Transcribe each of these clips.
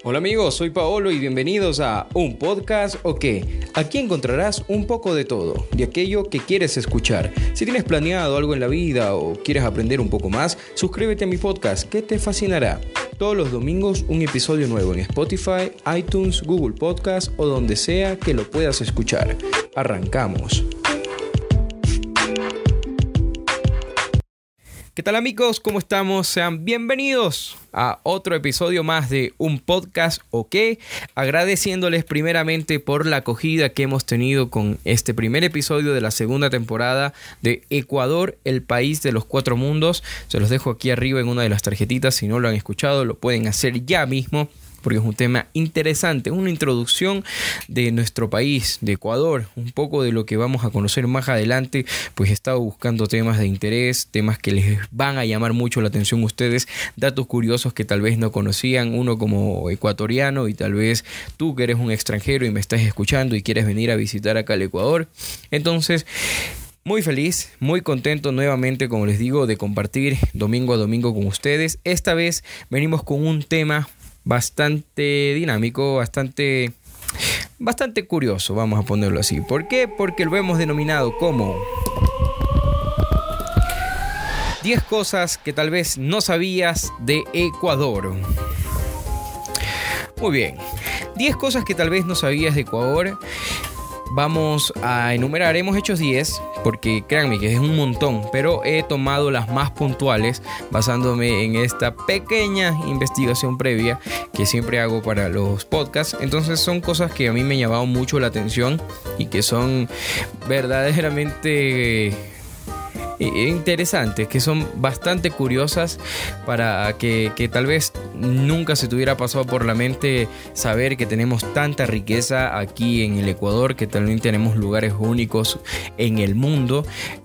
Hola amigos, soy Paolo y bienvenidos a Un Podcast o qué. Aquí encontrarás un poco de todo, de aquello que quieres escuchar. Si tienes planeado algo en la vida o quieres aprender un poco más, suscríbete a mi podcast que te fascinará. Todos los domingos un episodio nuevo en Spotify, iTunes, Google Podcast o donde sea que lo puedas escuchar. Arrancamos. ¿Qué tal amigos? ¿Cómo estamos? Sean bienvenidos a otro episodio más de Un Podcast o qué. Agradeciéndoles primeramente por la acogida que hemos tenido con este primer episodio de la segunda temporada de Ecuador, el país de los cuatro mundos. Se los dejo aquí arriba en una de las tarjetitas. Si no lo han escuchado, lo pueden hacer ya mismo, porque es un tema interesante, una introducción de nuestro país, de Ecuador, un poco de lo que vamos a conocer más adelante. Pues he estado buscando temas de interés, temas que les van a llamar mucho la atención a ustedes, datos curiosos que tal vez no conocían, uno como ecuatoriano y tal vez tú que eres un extranjero y me estás escuchando y quieres venir a visitar acá al Ecuador. Entonces, muy feliz, muy contento nuevamente, como les digo, de compartir domingo a domingo con ustedes. Esta vez venimos con un tema bastante dinámico, bastante curioso, vamos a ponerlo así. ¿Por qué? Porque lo hemos denominado como 10 cosas que tal vez no sabías de Ecuador. Muy bien, 10 cosas que tal vez no sabías de Ecuador. Vamos a enumerar, hemos hecho 10 porque créanme que es un montón, pero he tomado las más puntuales basándome en esta pequeña investigación previa que siempre hago para los podcasts. Entonces son cosas que a mí me han llamado mucho la atención y que son verdaderamente interesantes, que son bastante curiosas, para que tal vez nunca se te hubiera pasado por la mente saber que tenemos tanta riqueza aquí en el Ecuador, que también tenemos lugares únicos en el mundo.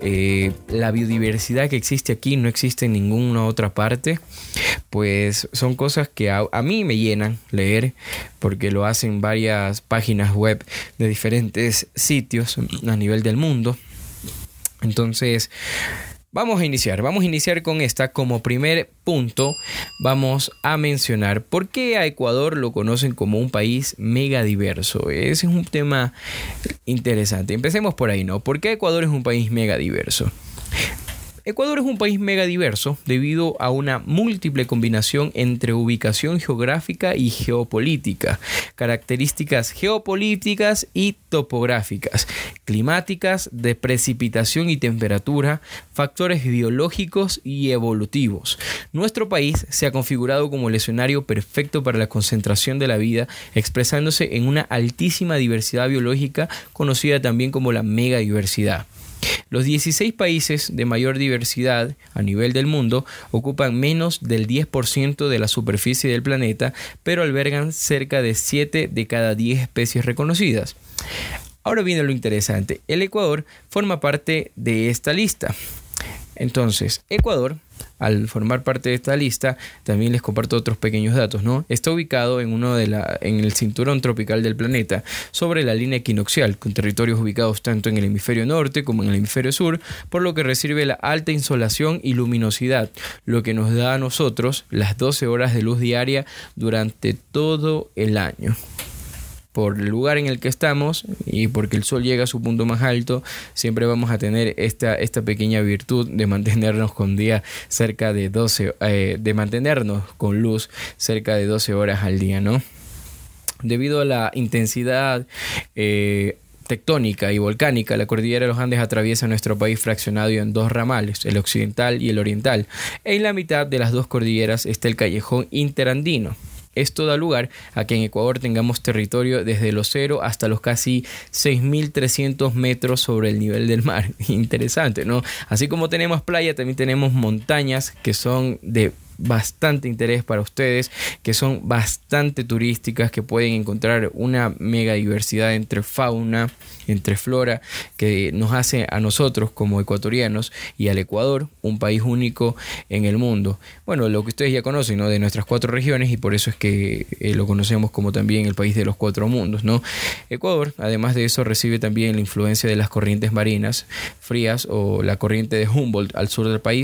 La biodiversidad que existe aquí no existe en ninguna otra parte. Pues son cosas que a mí me llenan leer, porque lo hacen varias páginas web de diferentes sitios a nivel del mundo. Entonces, vamos a iniciar con esta. Como primer punto, vamos a mencionar por qué a Ecuador lo conocen como un país mega diverso. Ese es un tema interesante. Empecemos por ahí, ¿no? ¿Por qué Ecuador es un país mega diverso? Ecuador es un país mega diverso debido a una múltiple combinación entre ubicación geográfica y geopolítica, características geopolíticas y topográficas, climáticas, de precipitación y temperatura, factores biológicos y evolutivos. Nuestro país se ha configurado como el escenario perfecto para la concentración de la vida, expresándose en una altísima diversidad biológica, conocida también como la megadiversidad. Los 16 países de mayor diversidad a nivel del mundo ocupan menos del 10% de la superficie del planeta, pero albergan cerca de 7 de cada 10 especies reconocidas. Ahora viene lo interesante. El Ecuador forma parte de esta lista. Entonces, Ecuador, al formar parte de esta lista, también les comparto otros pequeños datos, ¿no? Está ubicado en el cinturón tropical del planeta, sobre la línea equinoccial, con territorios ubicados tanto en el hemisferio norte como en el hemisferio sur, por lo que recibe la alta insolación y luminosidad, lo que nos da a nosotros las 12 horas de luz diaria durante todo el año. Por el lugar en el que estamos y porque el sol llega a su punto más alto, siempre vamos a tener esta pequeña virtud de mantenernos con mantenernos con luz cerca de 12 horas al día, ¿no? Debido a la intensidad tectónica y volcánica, la cordillera de los Andes atraviesa nuestro país fraccionado en dos ramales, el occidental y el oriental. En la mitad de las dos cordilleras está el callejón interandino. Esto da lugar a que en Ecuador tengamos territorio desde los 0 hasta los casi 6.300 metros sobre el nivel del mar. Interesante, ¿no? Así como tenemos playa, también tenemos montañas que son de bastante interés para ustedes, que son bastante turísticas, que pueden encontrar una mega diversidad entre fauna, entre flora, que nos hace a nosotros como ecuatorianos y al Ecuador un país único en el mundo. Bueno, lo que ustedes ya conocen, ¿no? De nuestras 4 regiones, y por eso es que lo conocemos como también el país de los 4 mundos, ¿no? Ecuador, además de eso, recibe también la influencia de las corrientes marinas frías o la corriente de Humboldt al sur del país,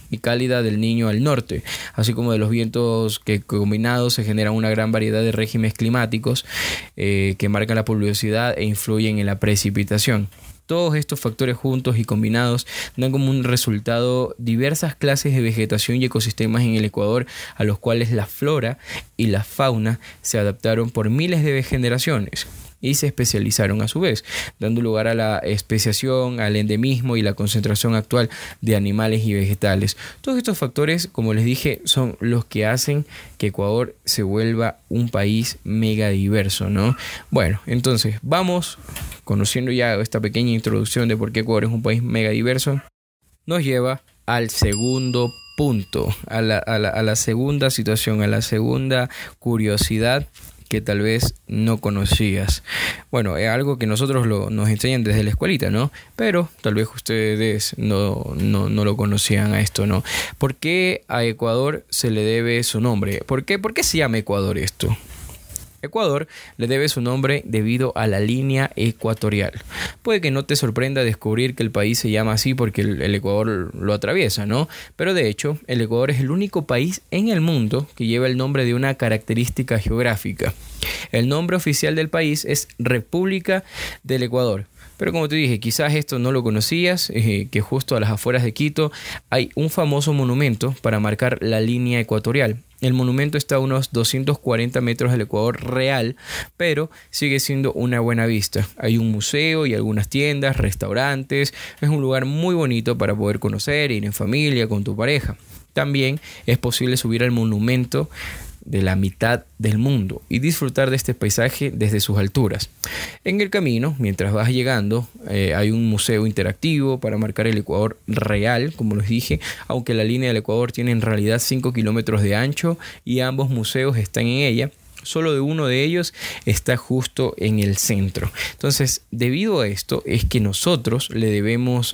y cálida del Niño al norte, así como de los vientos que combinados se generan una gran variedad de regímenes climáticos que marcan la pluviosidad e influyen en la precipitación. Todos estos factores juntos y combinados dan como un resultado diversas clases de vegetación y ecosistemas en el Ecuador, a los cuales la flora y la fauna se adaptaron por miles de generaciones y se especializaron a su vez, dando lugar a la especiación, al endemismo y la concentración actual de animales y vegetales. Todos estos factores, como les dije, son los que hacen que Ecuador se vuelva un país mega diverso, ¿no? Bueno, entonces vamos conociendo ya esta pequeña introducción de por qué Ecuador es un país mega diverso. Nos lleva al segundo punto, a la segunda situación, a la segunda curiosidad que tal vez no conocías. Bueno, es algo que nosotros nos enseñan desde la escuelita, ¿no? Pero tal vez ustedes no lo conocían a esto, ¿no? ¿Por qué a Ecuador se le debe su nombre? ¿Por qué se llama Ecuador esto? Ecuador le debe su nombre debido a la línea ecuatorial. Puede que no te sorprenda descubrir que el país se llama así porque el Ecuador lo atraviesa, ¿no? Pero de hecho, el Ecuador es el único país en el mundo que lleva el nombre de una característica geográfica. El nombre oficial del país es República del Ecuador. Pero como te dije, quizás esto no lo conocías, que justo a las afueras de Quito hay un famoso monumento para marcar la línea ecuatorial. El monumento está a unos 240 metros del Ecuador real, pero sigue siendo una buena vista. Hay un museo y algunas tiendas, restaurantes. Es un lugar muy bonito para poder conocer, ir en familia, con tu pareja. También es posible subir al monumento de la mitad del mundo y disfrutar de este paisaje desde sus alturas. En el camino, mientras vas llegando, hay un museo interactivo para marcar el Ecuador real, como les dije, aunque la línea del Ecuador tiene en realidad 5 kilómetros de ancho y ambos museos están en ella. Solo de uno de ellos está justo en el centro. Entonces, debido a esto es que nosotros le debemos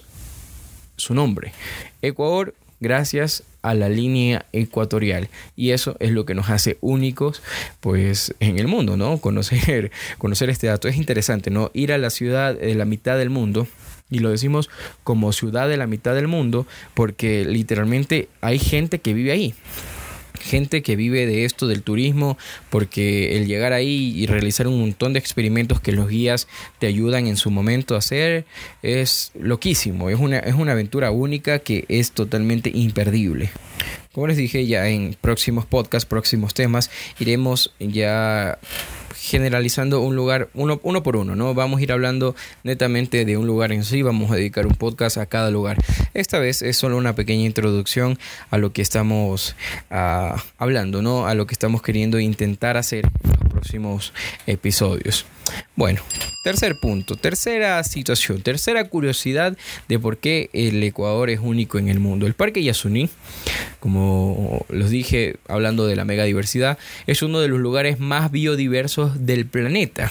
su nombre. Ecuador, gracias a la línea ecuatorial, y eso es lo que nos hace únicos pues en el mundo, ¿no? Conocer este dato es interesante, ¿no? Ir a la ciudad de la mitad del mundo, y lo decimos como ciudad de la mitad del mundo porque literalmente hay gente que vive ahí. Gente que vive de esto, del turismo, porque el llegar ahí y realizar un montón de experimentos que los guías te ayudan en su momento a hacer es loquísimo, es una aventura única que es totalmente imperdible. Como les dije, ya en próximos podcasts, próximos temas, iremos ya generalizando un lugar uno por uno, ¿no? Vamos a ir hablando netamente de un lugar en sí, vamos a dedicar un podcast a cada lugar. Esta vez es solo una pequeña introducción a lo que estamos hablando, ¿no? A lo que estamos queriendo intentar hacer en los próximos episodios. Bueno, tercer punto, tercera situación, tercera curiosidad de por qué el Ecuador es único en el mundo. El Parque Yasuní, como los dije, hablando de la megadiversidad, es uno de los lugares más biodiversos del planeta.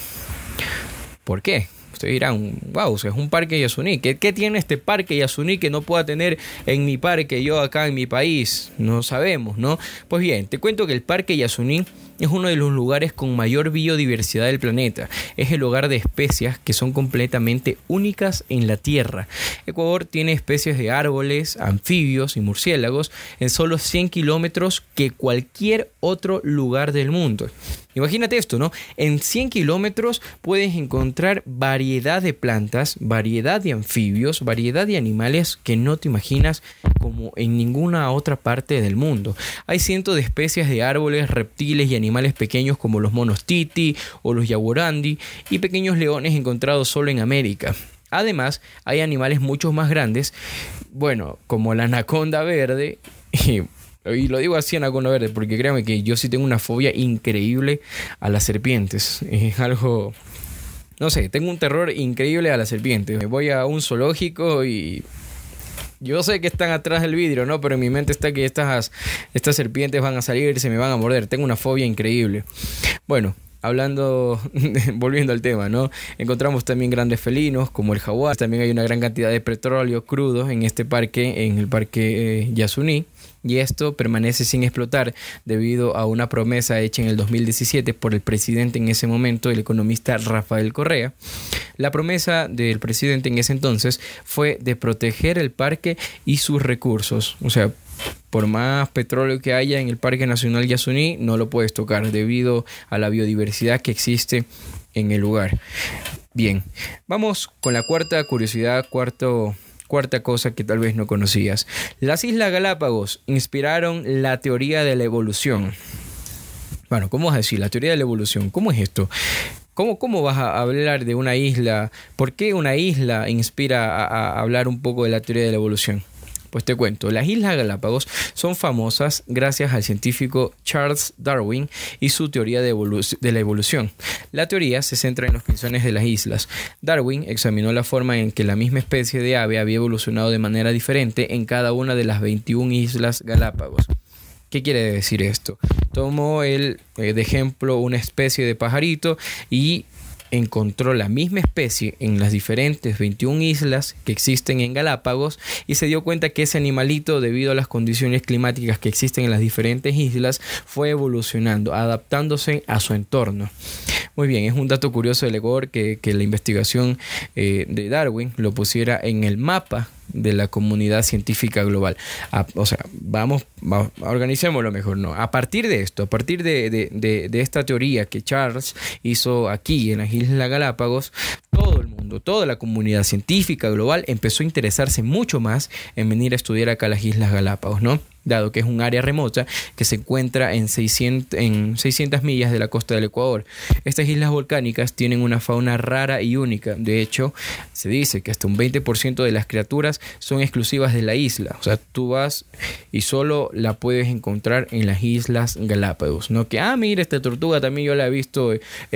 ¿Por qué? Ustedes dirán, wow, es un parque Yasuní. ¿Qué tiene este parque Yasuní que no pueda tener en mi parque, yo acá en mi país? No sabemos, ¿no? Pues bien, te cuento que el Parque Yasuní es uno de los lugares con mayor biodiversidad del planeta. Es el hogar de especies que son completamente únicas en la Tierra. Ecuador tiene especies de árboles, anfibios y murciélagos en solo 100 kilómetros que cualquier otro lugar del mundo. Imagínate esto, ¿no? En 100 kilómetros puedes encontrar variedad de plantas, variedad de anfibios, variedad de animales que no te imaginas como en ninguna otra parte del mundo. Hay cientos de especies de árboles, reptiles y animales pequeños como los monos titi o los yaguarandi y pequeños leones encontrados solo en América. Además, hay animales mucho más grandes, bueno, como la anaconda verde. Y lo digo así, anaconda verde, porque créanme que yo sí tengo una fobia increíble a las serpientes. Es algo, no sé, tengo un terror increíble a las serpientes. Me voy a un zoológico y yo sé que están atrás del vidrio, ¿no? Pero en mi mente está que estas serpientes van a salir y se me van a morder. Tengo una fobia increíble. Bueno, volviendo al tema, ¿no? Encontramos también grandes felinos como el jaguar. También hay una gran cantidad de petróleo crudo en este parque, en el Parque Yasuní. y esto permanece sin explotar debido a una promesa hecha en el 2017 por el presidente en ese momento, el economista Rafael Correa. La promesa del presidente en ese entonces fue de proteger el parque y sus recursos. O sea, por más petróleo que haya en el Parque Nacional Yasuní, no lo puedes tocar debido a la biodiversidad que existe en el lugar. Bien, vamos con la cuarta curiosidad, cuarta cosa que tal vez no conocías. Las Islas Galápagos inspiraron la teoría de la evolución. Bueno, ¿cómo vas a decir? La teoría de la evolución, ¿cómo es esto? ¿Cómo vas a hablar de una isla? ¿Por qué una isla inspira a hablar un poco de la teoría de la evolución? Pues te cuento, las Islas Galápagos son famosas gracias al científico Charles Darwin y su teoría de la evolución. La teoría se centra en los pinzones de las islas. Darwin examinó la forma en que la misma especie de ave había evolucionado de manera diferente en cada una de las 21 Islas Galápagos. ¿Qué quiere decir esto? Tomó de ejemplo una especie de pajarito y encontró la misma especie en las diferentes 21 islas que existen en Galápagos y se dio cuenta que ese animalito, debido a las condiciones climáticas que existen en las diferentes islas, fue evolucionando, adaptándose a su entorno. Muy bien, es un dato curioso del Ecuador que la investigación de Darwin lo pusiera en el mapa de la comunidad científica global. O sea, vamos, organicémoslo mejor, ¿no? A partir de esto, a partir de esta teoría que Charles hizo aquí en las Islas Galápagos, todo el mundo, toda la comunidad científica global empezó a interesarse mucho más en venir a estudiar acá las Islas Galápagos, ¿no? Dado que es un área remota que se encuentra en 600 millas de la costa del Ecuador. Estas islas volcánicas tienen una fauna rara y única. De hecho, se dice que hasta un 20% de las criaturas son exclusivas de la isla. O sea, tú vas y solo la puedes encontrar en las Islas Galápagos. No que, mira, esta tortuga también yo la he visto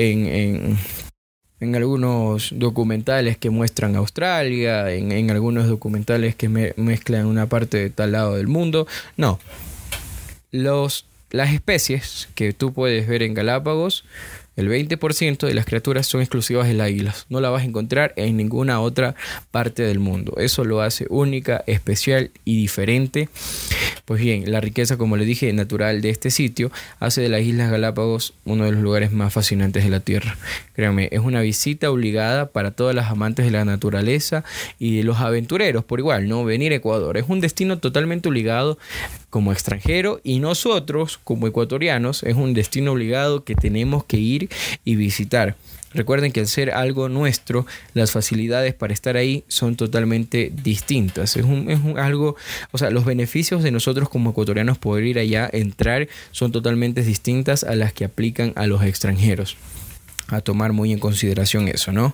en algunos documentales que muestran Australia, en algunos documentales que mezclan una parte de tal lado del mundo. No. Las especies que tú puedes ver en Galápagos, el 20% de las criaturas son exclusivas de las islas. No la vas a encontrar en ninguna otra parte del mundo. Eso lo hace única, especial y diferente. Pues bien, la riqueza, como le dije, natural de este sitio hace de las Islas Galápagos uno de los lugares más fascinantes de la Tierra. Créanme, es una visita obligada para todas las amantes de la naturaleza y de los aventureros por igual, ¿no? Venir a Ecuador es un destino totalmente obligado como extranjero, y nosotros como ecuatorianos es un destino obligado que tenemos que ir y visitar. Recuerden que al ser algo nuestro, las facilidades para estar ahí son totalmente distintas. Es algo, o sea, los beneficios de nosotros como ecuatorianos poder ir allá, entrar, son totalmente distintas a las que aplican a los extranjeros. A tomar muy en consideración eso, ¿no?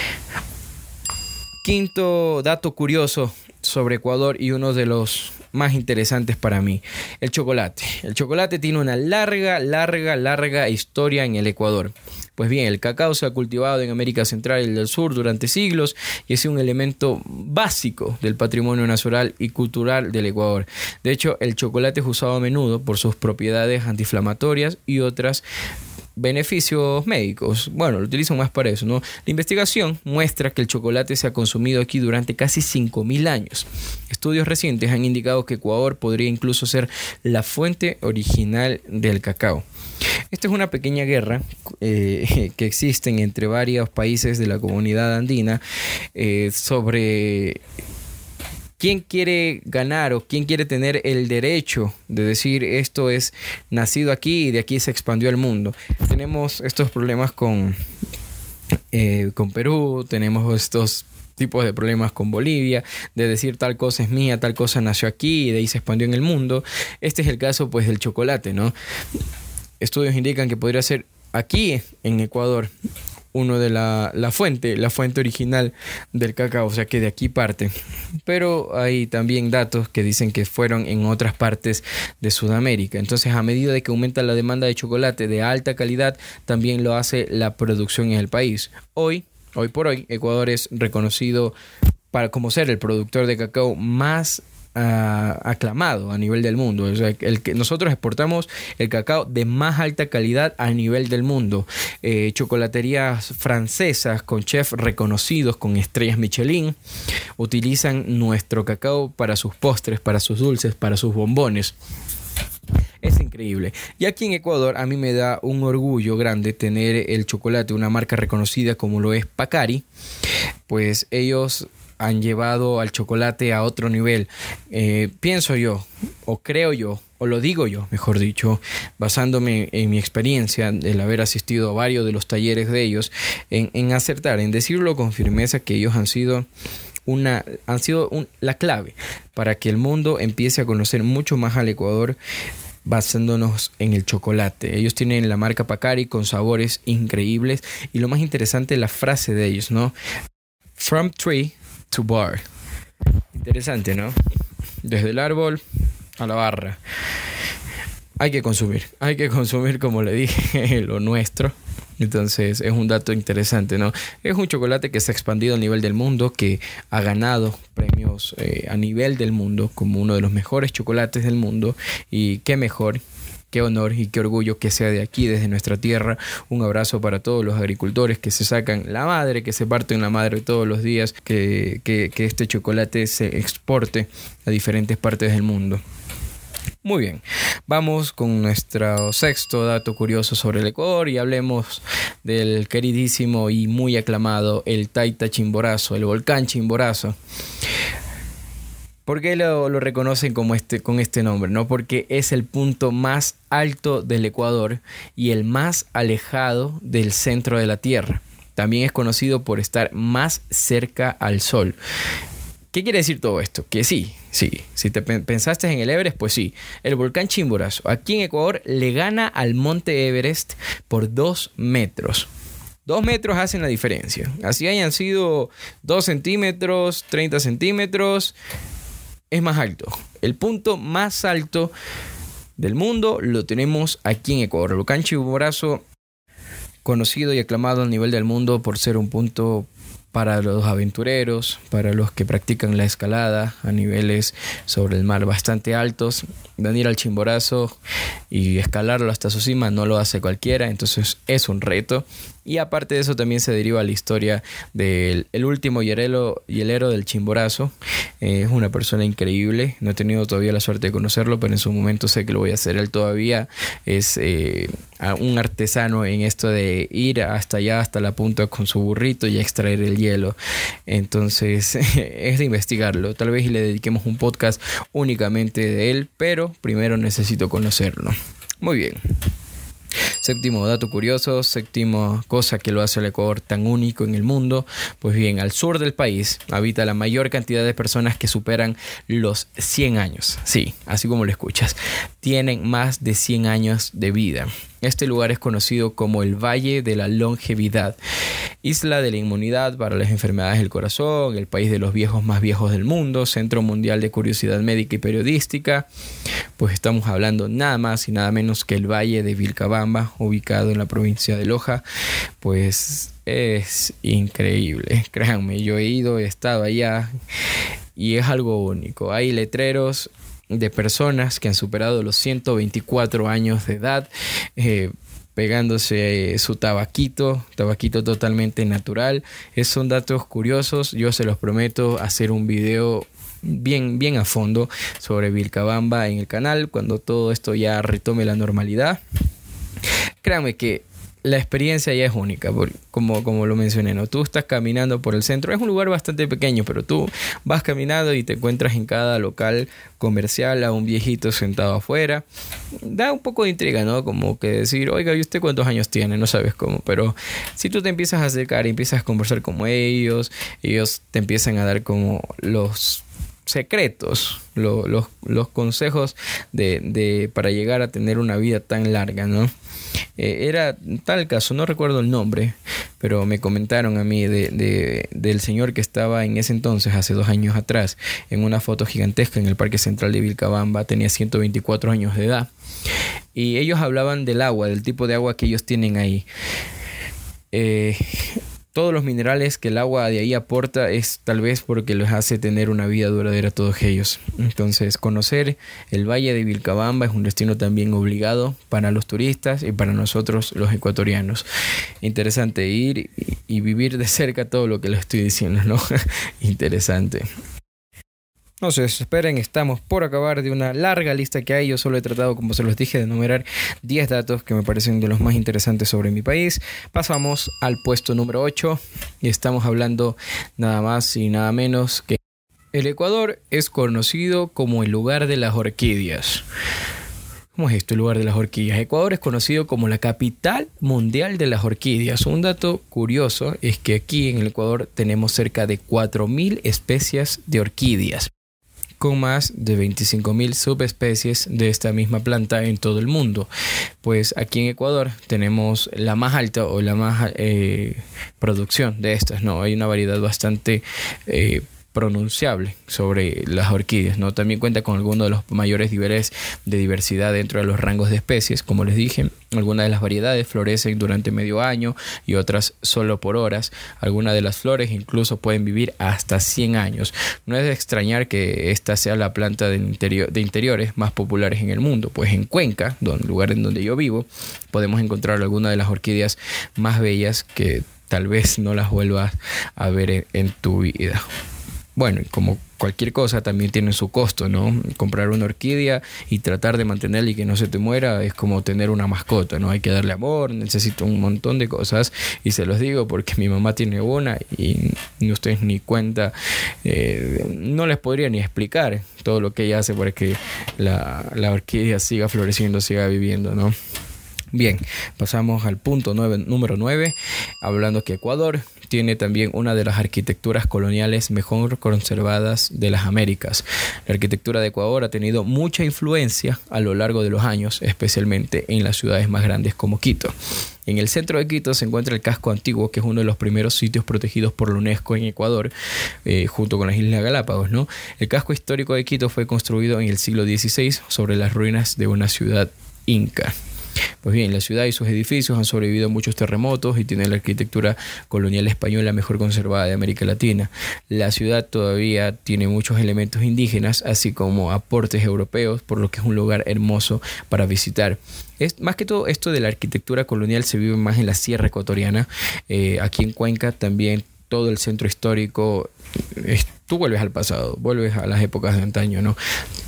Quinto dato curioso sobre Ecuador y uno de los más interesantes para mí: el chocolate. El chocolate tiene una larga historia en el Ecuador. Pues bien, el cacao se ha cultivado en América Central y del Sur durante siglos y es un elemento básico del patrimonio natural y cultural del Ecuador. De hecho, el chocolate es usado a menudo por sus propiedades antiinflamatorias y otras beneficios médicos. Bueno, lo utilizan más para eso, ¿no? La investigación muestra que el chocolate se ha consumido aquí durante casi 5.000 años. Estudios recientes han indicado que Ecuador podría incluso ser la fuente original del cacao. Esta es una pequeña guerra que existe entre varios países de la comunidad andina sobre quién quiere ganar o quién quiere tener el derecho de decir esto es nacido aquí y de aquí se expandió al mundo. Tenemos estos problemas con Perú, tenemos estos tipos de problemas con Bolivia, de decir tal cosa es mía, tal cosa nació aquí y de ahí se expandió en el mundo. Este es el caso pues del chocolate, ¿no? Estudios indican que podría ser aquí en Ecuador uno de la fuente original del cacao, o sea que de aquí parte. Pero hay también datos que dicen que fueron en otras partes de Sudamérica. Entonces, a medida de que aumenta la demanda de chocolate de alta calidad, también lo hace la producción en el país. Hoy por hoy, Ecuador es reconocido como ser el productor de cacao más aclamado a nivel del mundo. O sea, el que nosotros exportamos el cacao de más alta calidad a nivel del mundo. Chocolaterías francesas con chefs reconocidos con estrellas Michelin utilizan nuestro cacao para sus postres, para sus dulces, para sus bombones. Es increíble. Y aquí en Ecuador a mí me da un orgullo grande tener el chocolate, una marca reconocida como lo es Pacari. Pues ellos han llevado al chocolate a otro nivel. Pienso yo, o creo yo, o lo digo yo, mejor dicho, basándome en mi experiencia, el haber asistido a varios de los talleres de ellos, en acertar, en decirlo con firmeza que ellos han sido la clave para que el mundo empiece a conocer mucho más al Ecuador basándonos en el chocolate. Ellos tienen la marca Pacari con sabores increíbles y lo más interesante, la frase de ellos, ¿no? From tree to bar. Interesante, ¿no? Desde el árbol a la barra. Hay que consumir como le dije, lo nuestro. Entonces es un dato interesante, ¿no? Es un chocolate que se ha expandido a nivel del mundo, que ha ganado premios a nivel del mundo como uno de los mejores chocolates del mundo. Y qué mejor, qué honor y qué orgullo que sea de aquí, desde nuestra tierra. Un abrazo para todos los agricultores que se sacan la madre, que se parten la madre todos los días, que este chocolate se exporte a diferentes partes del mundo. Muy bien, vamos con nuestro sexto dato curioso sobre el Ecuador y hablemos del queridísimo y muy aclamado el Taita Chimborazo, el volcán Chimborazo. ¿Por qué lo reconocen con este nombre? ¿No? Porque es el punto más alto del Ecuador y el más alejado del centro de la Tierra. También es conocido por estar más cerca al Sol. ¿Qué quiere decir todo esto? Que sí, si te pensaste en el Everest, pues sí, el volcán Chimborazo aquí en Ecuador le gana al monte Everest por 2 metros. 2 metros hacen la diferencia. Así hayan sido 2 centímetros, 30 centímetros, es más alto. El punto más alto del mundo lo tenemos aquí en Ecuador. El volcán Chimborazo, conocido y aclamado a nivel del mundo por ser un punto para los aventureros, para los que practican la escalada a niveles sobre el mar bastante altos. Venir al Chimborazo y escalarlo hasta su cima no lo hace cualquiera, entonces es un reto. Y aparte de eso también se deriva la historia del último hielero del Chimborazo. Es una persona increíble, no he tenido todavía la suerte de conocerlo, pero en su momento sé que lo voy a hacer. Él todavía es un artesano en esto de ir hasta allá, hasta la punta con su burrito y extraer el hielo. Entonces es de investigarlo. Tal vez le dediquemos un podcast únicamente de él, pero primero necesito conocerlo. Muy bien. Séptimo dato curioso, séptima cosa que lo hace el Ecuador tan único en el mundo. Pues bien, al sur del país habita la mayor cantidad de personas que superan los 100 años. Sí, así como lo escuchas, tienen más de 100 años de vida. Este lugar es conocido como el Valle de la Longevidad, isla de la inmunidad para las enfermedades del corazón, el país de los viejos más viejos del mundo, centro mundial de curiosidad médica y periodística. Pues estamos hablando nada más y nada menos que el Valle de Vilcabamba, ubicado en la provincia de Loja. Pues es increíble, créanme, yo he ido, he estado allá y es algo único. Hay letreros de personas que han superado los 124 años de edad, pegándose su tabaquito totalmente natural. Son datos curiosos, yo se los prometo hacer un video bien a fondo sobre Vilcabamba en el canal cuando todo esto ya retome la normalidad. Créanme que la experiencia ya es única, como lo mencioné, ¿no? Tú estás caminando por el centro, es un lugar bastante pequeño, pero tú vas caminando y te encuentras en cada local comercial a un viejito sentado afuera. Da un poco de intriga, ¿no? Como que decir, oiga, ¿y usted cuántos años tiene? No sabes cómo, pero si tú te empiezas a acercar y empiezas a conversar como ellos te empiezan a dar como los secretos, los consejos para llegar a tener una vida tan larga, ¿no? Era tal caso, no recuerdo el nombre, pero me comentaron a mí del señor que estaba en ese entonces, hace 2 años atrás, en una foto gigantesca en el Parque Central de Vilcabamba. Tenía 124 años de edad y ellos hablaban del agua, del tipo de agua que ellos tienen ahí. todos los minerales que el agua de ahí aporta es tal vez porque les hace tener una vida duradera a todos ellos. Entonces, conocer el Valle de Vilcabamba es un destino también obligado para los turistas y para nosotros los ecuatorianos. Interesante ir y vivir de cerca todo lo que les estoy diciendo, ¿no? Interesante. No se desesperen, estamos por acabar de una larga lista que hay. Yo solo he tratado, como se los dije, de enumerar 10 datos que me parecen de los más interesantes sobre mi país. Pasamos al puesto número 8 y estamos hablando nada más y nada menos que el Ecuador es conocido como el lugar de las orquídeas. ¿Cómo es esto, el lugar de las orquídeas? Ecuador es conocido como la capital mundial de las orquídeas. Un dato curioso es que aquí en el Ecuador tenemos cerca de 4.000 especies de orquídeas, con más de 25.000 subespecies de esta misma planta en todo el mundo. Pues aquí en Ecuador tenemos la más alta o la más producción de estas, ¿no? Hay una variedad bastante pronunciable sobre las orquídeas, ¿no? También cuenta con algunos de los mayores niveles de diversidad dentro de los rangos de especies. Como les dije, algunas de las variedades florecen durante medio año y otras solo por horas. Algunas de las flores incluso pueden vivir hasta 100 años. No es de extrañar que esta sea la planta de interiores más populares en el mundo, pues en Cuenca, lugar en donde yo vivo, podemos encontrar algunas de las orquídeas más bellas que tal vez no las vuelvas a ver en tu vida. Bueno, como cualquier cosa también tiene su costo, ¿no? Comprar una orquídea y tratar de mantenerla y que no se te muera es como tener una mascota, ¿no? Hay que darle amor, necesito un montón de cosas y se los digo porque mi mamá tiene una y ustedes ni cuenta, no les podría ni explicar todo lo que ella hace para que la orquídea siga floreciendo, siga viviendo, ¿no? Bien, pasamos al punto número 9, hablando que Ecuador tiene también una de las arquitecturas coloniales mejor conservadas de las Américas. La arquitectura de Ecuador ha tenido mucha influencia a lo largo de los años, especialmente en las ciudades más grandes como Quito. En el centro de Quito se encuentra el casco antiguo, que es uno de los primeros sitios protegidos por la UNESCO en Ecuador, junto con las Islas Galápagos, ¿no? El casco histórico de Quito fue construido en el siglo XVI sobre las ruinas de una ciudad inca. Pues bien, la ciudad y sus edificios han sobrevivido a muchos terremotos y tiene la arquitectura colonial española mejor conservada de América Latina. La ciudad todavía tiene muchos elementos indígenas, así como aportes europeos, por lo que es un lugar hermoso para visitar. Más que todo esto de la arquitectura colonial se vive más en la sierra ecuatoriana. Aquí en Cuenca también todo el centro histórico, tú vuelves al pasado, vuelves a las épocas de antaño, ¿no?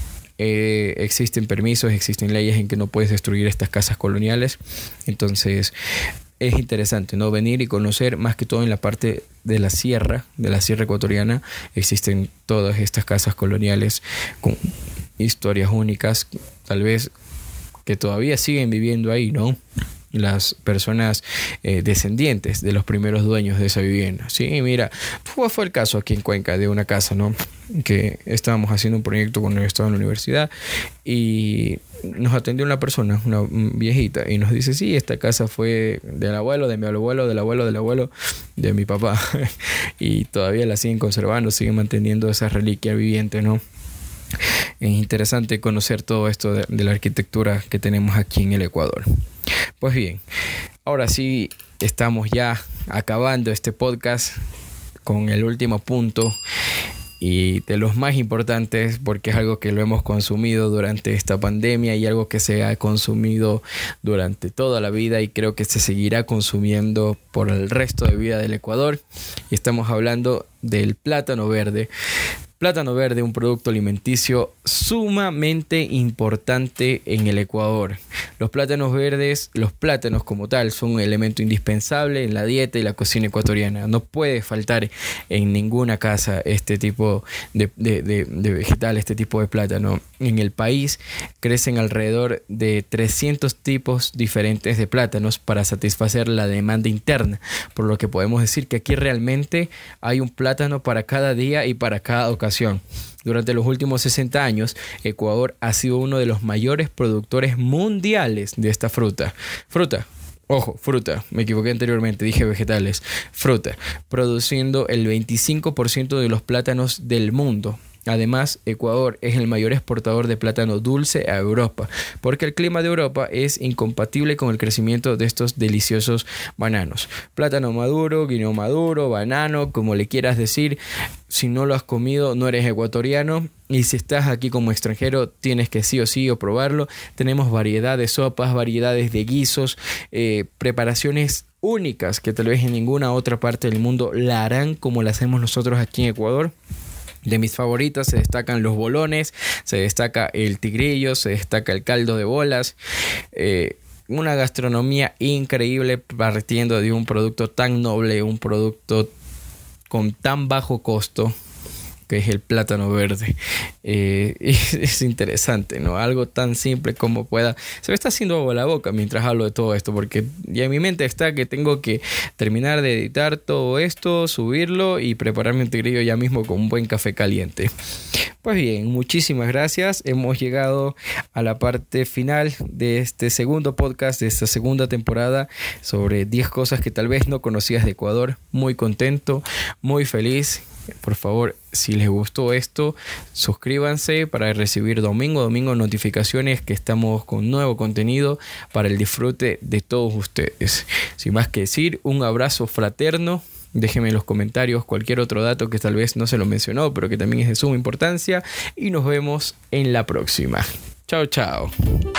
Existen permisos, existen leyes en que no puedes destruir estas casas coloniales. Entonces es interesante, ¿no? Venir y conocer, más que todo en la parte de la sierra ecuatoriana, existen todas estas casas coloniales con historias únicas, tal vez que todavía siguen viviendo ahí, ¿no? Las personas descendientes de los primeros dueños de esa vivienda. Sí, mira, fue el caso aquí en Cuenca de una casa, ¿no? Que estábamos haciendo un proyecto cuando yo estaba en la universidad y nos atendió una persona, una viejita, y nos dice, sí, esta casa fue del abuelo, de mi abuelo, del abuelo, del abuelo, de mi papá. Y todavía la siguen conservando, siguen manteniendo esa reliquia viviente, ¿no? Es interesante conocer todo esto de la arquitectura que tenemos aquí en el Ecuador. Pues bien, ahora sí estamos ya acabando este podcast con el último punto y de los más importantes, porque es algo que lo hemos consumido durante esta pandemia y algo que se ha consumido durante toda la vida y creo que se seguirá consumiendo por el resto de vida del Ecuador. Y estamos hablando del plátano verde. Plátano verde, un producto alimenticio sumamente importante en el Ecuador. Los plátanos verdes, los plátanos como tal, son un elemento indispensable en la dieta y la cocina ecuatoriana. No puede faltar en ninguna casa este tipo de vegetal, este tipo de plátano. En el país crecen alrededor de 300 tipos diferentes de plátanos para satisfacer la demanda interna, por lo que podemos decir que aquí realmente hay un plátano para cada día y para cada ocasión. Durante los últimos 60 años, Ecuador ha sido uno de los mayores productores mundiales de esta fruta. Ojo, fruta, me equivoqué anteriormente, dije vegetales. Fruta, produciendo el 25% de los plátanos del mundo. Además, Ecuador es el mayor exportador de plátano dulce a Europa, porque el clima de Europa es incompatible con el crecimiento de estos deliciosos bananos. Plátano maduro, guineo maduro, banano, como le quieras decir. Si no lo has comido, no eres ecuatoriano. Y si estás aquí como extranjero, tienes que sí o sí probarlo. Tenemos variedad de sopas, variedades de guisos, preparaciones únicas que tal vez en ninguna otra parte del mundo la harán como la hacemos nosotros aquí en Ecuador. De mis favoritas se destacan los bolones, se destaca el tigrillo, se destaca el caldo de bolas. Una gastronomía increíble partiendo de un producto tan noble, un producto con tan bajo costo, que es el plátano verde. Es interesante, ¿no? Algo tan simple como pueda. Se me está haciendo agua la boca mientras hablo de todo esto, porque ya en mi mente está que tengo que terminar de editar todo esto, subirlo y prepararme un tigrillo ya mismo con un buen café caliente. Pues bien, muchísimas gracias. Hemos llegado a la parte final de este segundo podcast, de esta segunda temporada, sobre 10 cosas que tal vez no conocías de Ecuador. Muy contento, muy feliz. Por favor, si les gustó esto, suscríbanse para recibir domingo notificaciones que estamos con nuevo contenido para el disfrute de todos ustedes. Sin más que decir, un abrazo fraterno. Déjenme en los comentarios cualquier otro dato que tal vez no se lo mencionó, pero que también es de suma importancia. Y nos vemos en la próxima. Chao, chao.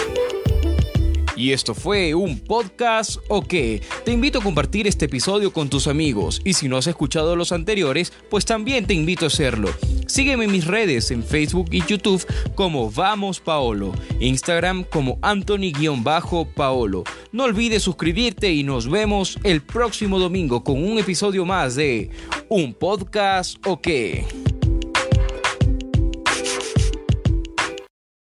Y esto fue un podcast ¿o qué? Te invito a compartir este episodio con tus amigos y si no has escuchado los anteriores, pues también te invito a hacerlo. Sígueme en mis redes en Facebook y YouTube como Vamos Paolo, Instagram como Anthony_Paolo. No olvides suscribirte y nos vemos el próximo domingo con un episodio más de Un podcast ¿o qué?